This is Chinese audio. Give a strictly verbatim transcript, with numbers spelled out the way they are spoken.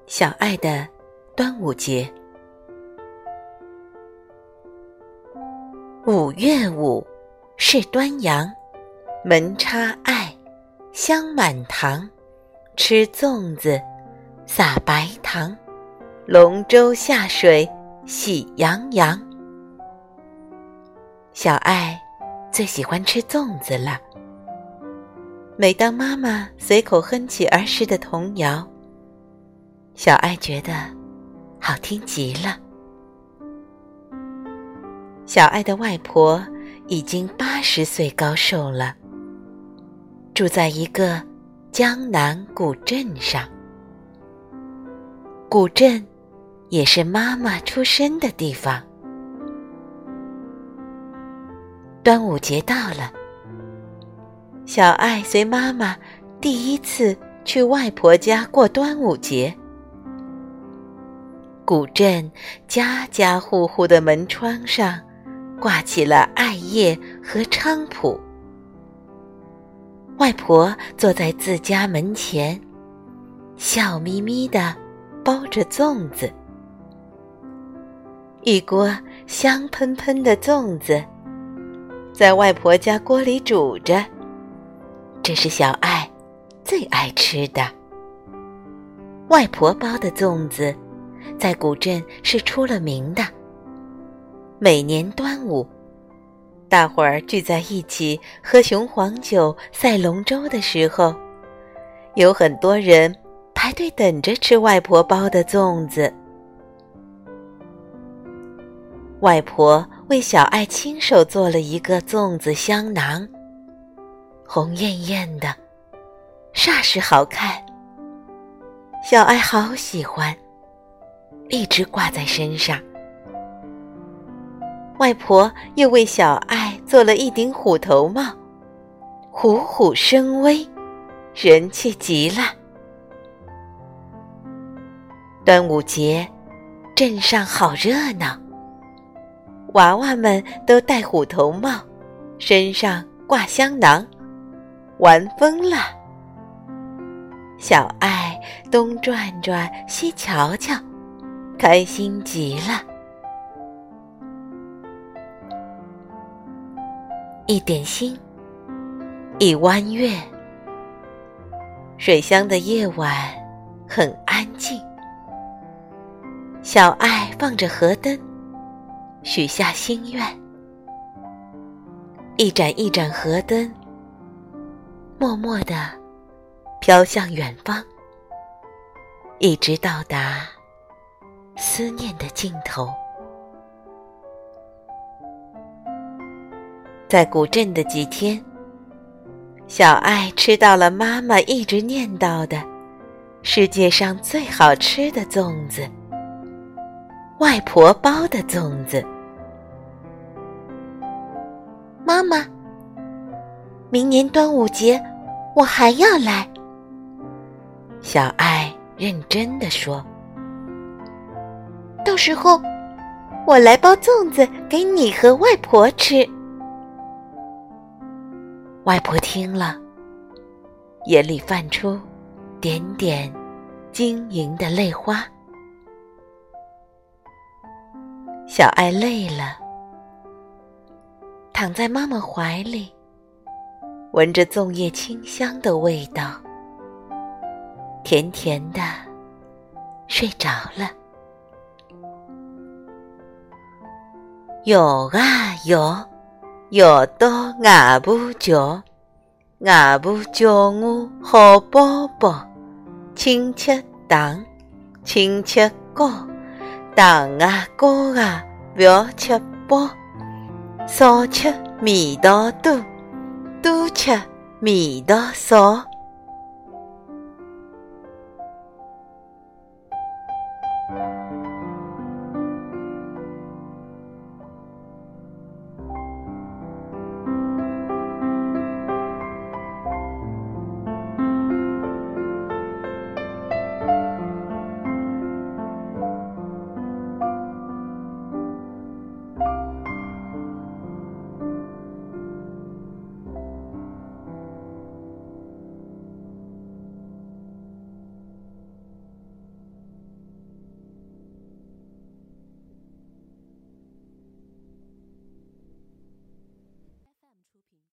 小爱的端午节。五月五是端阳，门插艾，香满堂，吃粽子，撒白糖，龙舟下水喜洋洋。小爱最喜欢吃粽子了，每当妈妈随口哼起儿时的童谣，小爱觉得好听极了。小爱的外婆已经八十岁高寿了，住在一个江南古镇上。古镇也是妈妈出生的地方。端午节到了，小爱随妈妈第一次去外婆家过端午节。古镇家家户户的门窗上挂起了艾叶和菖蒲。外婆坐在自家门前，笑眯眯地包着粽子。一锅香喷喷的粽子在外婆家锅里煮着，这是小爱最爱吃的。外婆包的粽子在古镇是出了名的。每年端午，大伙儿聚在一起喝雄黄酒、赛龙舟的时候，有很多人排队等着吃外婆包的粽子。外婆为小爱亲手做了一个粽子香囊，红艳艳的，煞是好看。小爱好喜欢，一直挂在身上。外婆又为小爱做了一顶虎头帽，虎虎生威，人气极了。端午节，镇上好热闹，娃娃们都戴虎头帽，身上挂香囊，玩疯了。小爱东转转西瞧瞧，开心极了。一点心，一弯月，水乡的夜晚很安静。小爱放着河灯，许下心愿。一盏一盏河灯，默默地飘向远方，一直到达思念的尽头。在古镇的几天，小爱吃到了妈妈一直念叨的世界上最好吃的粽子，外婆包的粽子。妈妈，明年端午节我还要来。小爱认真地说，到时候我来包粽子给你和外婆吃。外婆听了，眼里泛出点点晶莹的泪花。小爱累了，躺在妈妈怀里，闻着粽叶清香的味道，甜甜的睡着了。有啊有，有到外婆家，外婆叫我好宝宝，亲戚糖，亲戚糕，糖啊糕啊不要吃饱，少吃味道多，多吃味道少。